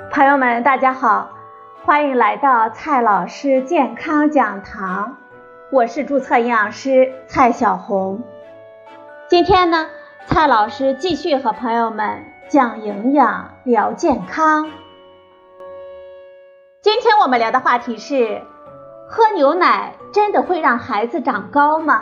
朋友们大家好，欢迎来到蔡老师健康讲堂，我是注册营养师蔡小红。今天呢，蔡老师继续和朋友们讲营养聊健康。今天我们聊的话题是，喝牛奶真的会让孩子长高吗？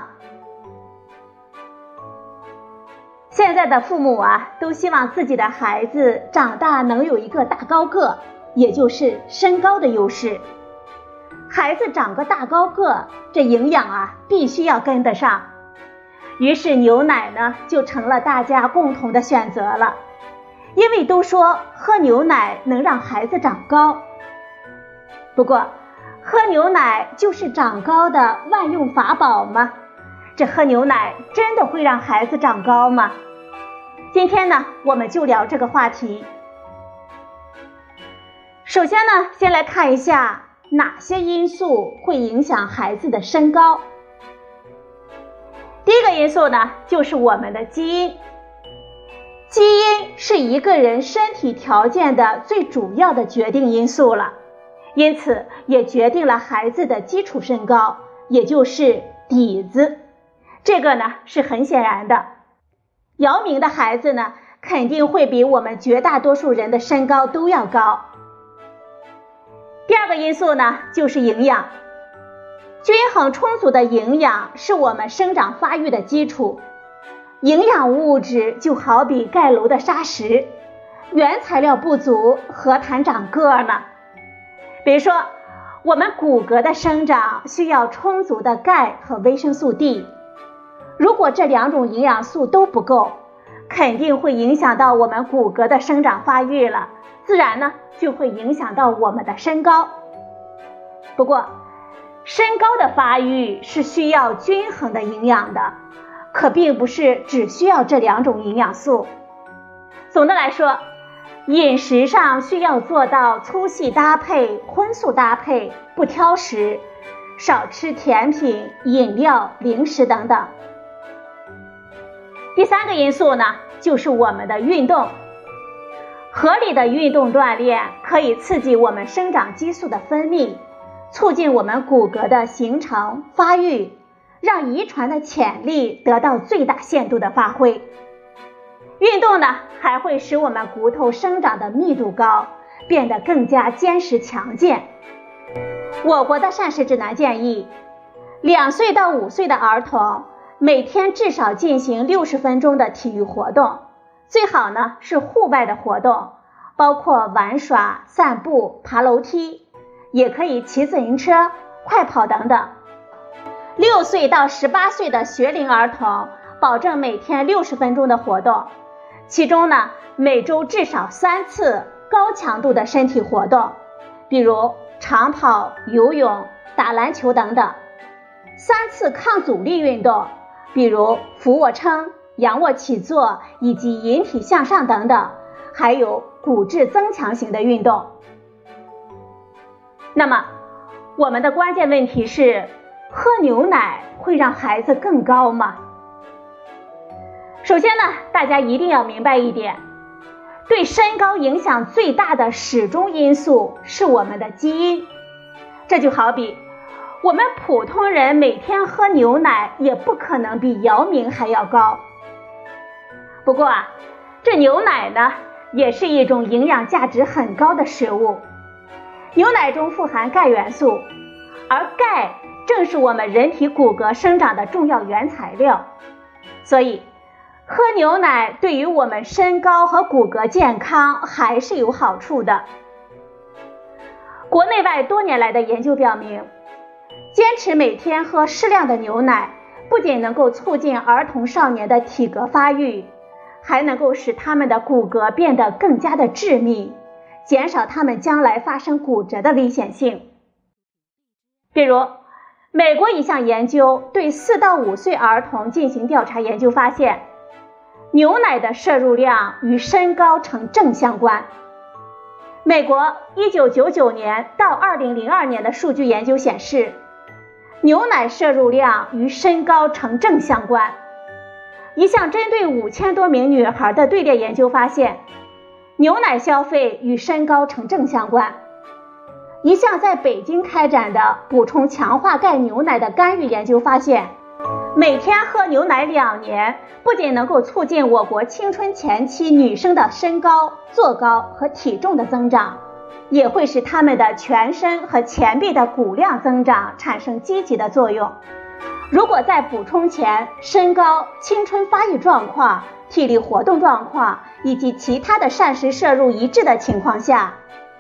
现在的父母都希望自己的孩子长大能有一个大高个，也就是身高的优势。孩子长个大高个，这营养必须要跟得上。于是牛奶呢就成了大家共同的选择了，因为都说喝牛奶能让孩子长高。不过喝牛奶就是长高的万用法宝吗？这喝牛奶真的会让孩子长高吗？今天呢，我们就聊这个话题。首先呢，先来看一下哪些因素会影响孩子的身高。第一个因素呢，就是我们的基因。基因是一个人身体条件的最主要的决定因素了，因此也决定了孩子的基础身高，也就是底子。这个呢是很显然的。姚明的孩子呢，肯定会比我们绝大多数人的身高都要高。第二个因素呢，就是营养。均衡充足的营养是我们生长发育的基础。营养物质就好比盖楼的砂石，原材料不足，何谈长个呢？比如说，我们骨骼的生长需要充足的钙和维生素 D。如果这两种营养素都不够，肯定会影响到我们骨骼的生长发育了，自然呢就会影响到我们的身高。不过身高的发育是需要均衡的营养的，可并不是只需要这两种营养素。总的来说，饮食上需要做到粗细搭配、荤素搭配，不挑食，少吃甜品、饮料、零食等等。第三个因素呢，就是我们的运动。合理的运动锻炼可以刺激我们生长激素的分泌，促进我们骨骼的形成发育，让遗传的潜力得到最大限度的发挥。运动呢，还会使我们骨头生长的密度高，变得更加坚实强健。我国的膳食指南建议，2岁到5岁的儿童每天至少进行60分钟的体育活动，最好呢是户外的活动，包括玩耍、散步、爬楼梯，也可以骑自行车、快跑等等。6岁到18岁的学龄儿童保证每天60分钟的活动，其中呢每周至少3次高强度的身体活动，比如长跑、游泳、打篮球等等；3次抗阻力运动，比如俯卧撑、仰卧起坐以及引体向上等等，还有骨质增强型的运动。那么我们的关键问题是，喝牛奶会让孩子更高吗？首先呢，大家一定要明白一点，对身高影响最大的始终因素是我们的基因。这就好比我们普通人每天喝牛奶也不可能比姚明还要高。不过这牛奶呢也是一种营养价值很高的食物。牛奶中富含钙元素，而钙正是我们人体骨骼生长的重要原材料，所以喝牛奶对于我们身高和骨骼健康还是有好处的。国内外多年来的研究表明，坚持每天喝适量的牛奶，不仅能够促进儿童少年的体格发育，还能够使他们的骨骼变得更加的致密，减少他们将来发生骨折的危险性。比如美国一项研究对4到5岁儿童进行调查研究发现，牛奶的摄入量与身高呈正相关。美国1999年到2002年的数据研究显示，牛奶摄入量与身高呈正相关。一项针对5000多名女孩的队列研究发现， 牛奶消费与身高成正相关。一项在北京开展的补充强化钙牛奶的干预研究发现，每天喝牛奶2年，不仅能够促进我国青春前期女生的身高、坐高和体重的增长，也会使她们的全身和前臂的骨量增长产生积极的作用。如果在补充前身高、青春发育状况、体力活动状况以及其他的膳食摄入一致的情况下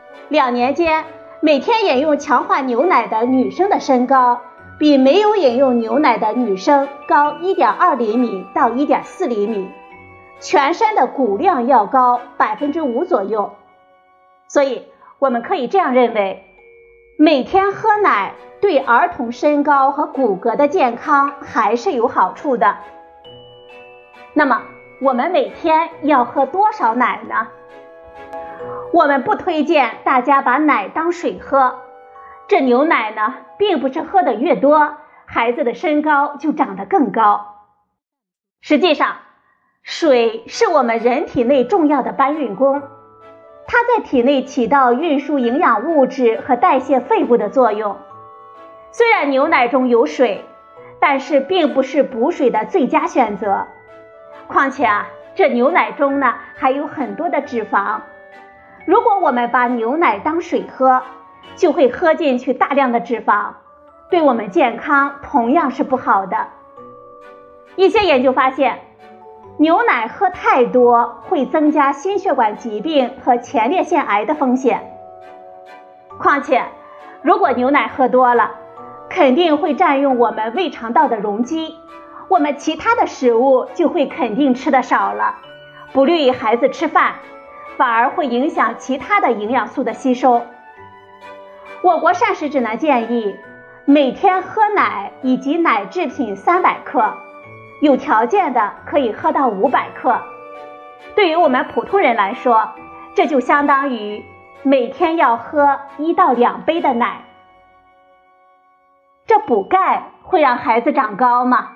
，2年间每天饮用强化牛奶的女生的身高比没有饮用牛奶的女生高 1.2 厘米到 1.4 厘米，全身的骨量要高 5% 左右。所以我们可以这样认为，每天喝奶对儿童身高和骨骼的健康还是有好处的。那么我们每天要喝多少奶呢？我们不推荐大家把奶当水喝，这牛奶呢，并不是喝得越多，孩子的身高就长得更高。实际上，水是我们人体内重要的搬运工，它在体内起到运输营养物质和代谢废物的作用。虽然牛奶中有水，但是并不是补水的最佳选择。况且这牛奶中呢还有很多的脂肪，如果我们把牛奶当水喝，就会喝进去大量的脂肪，对我们健康同样是不好的。一些研究发现，牛奶喝太多会增加心血管疾病和前列腺癌的风险。况且如果牛奶喝多了，肯定会占用我们胃肠道的容积，我们其他的食物就会肯定吃得少了，不利于孩子吃饭，反而会影响其他的营养素的吸收。我国膳食指南建议每天喝奶以及奶制品300克，有条件的可以喝到500克。对于我们普通人来说，这就相当于每天要喝1到2杯的奶。这补钙会让孩子长高吗？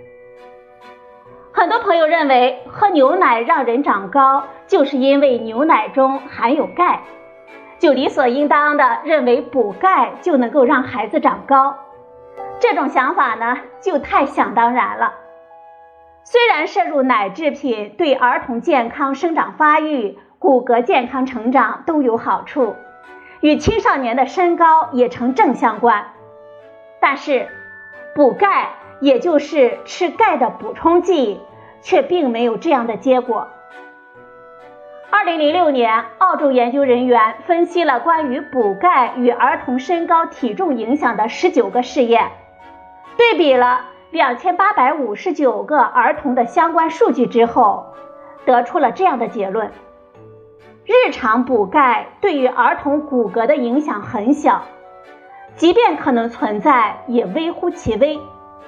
很多朋友认为喝牛奶让人长高，就是因为牛奶中含有钙，就理所应当的认为补钙就能够让孩子长高。这种想法呢，就太想当然了。虽然摄入奶制品对儿童健康生长发育、骨骼健康成长都有好处，与青少年的身高也成正相关，但是补钙也就是吃钙的补充剂，却并没有这样的结果。2006年，澳洲研究人员分析了关于补钙与儿童身高体重影响的19个试验，对比了2859个儿童的相关数据之后，得出了这样的结论：日常补钙对于儿童骨骼的影响很小，即便可能存在，也微乎其微。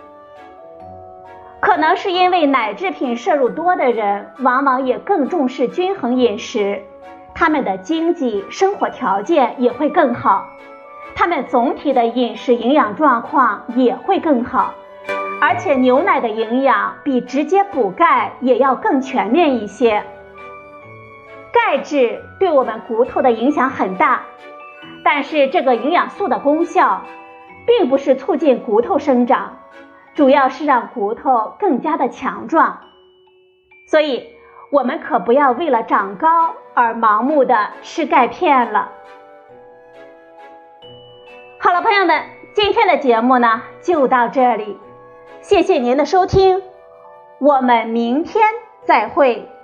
可能是因为奶制品摄入多的人往往也更重视均衡饮食，他们的经济生活条件也会更好，他们总体的饮食营养状况也会更好，而且牛奶的营养比直接补钙也要更全面一些。钙质对我们骨头的影响很大，但是这个营养素的功效并不是促进骨头生长，主要是让骨头更加的强壮。所以我们可不要为了长高而盲目的吃钙片了。好了，朋友们，今天的节目呢就到这里，谢谢您的收听，我们明天再会。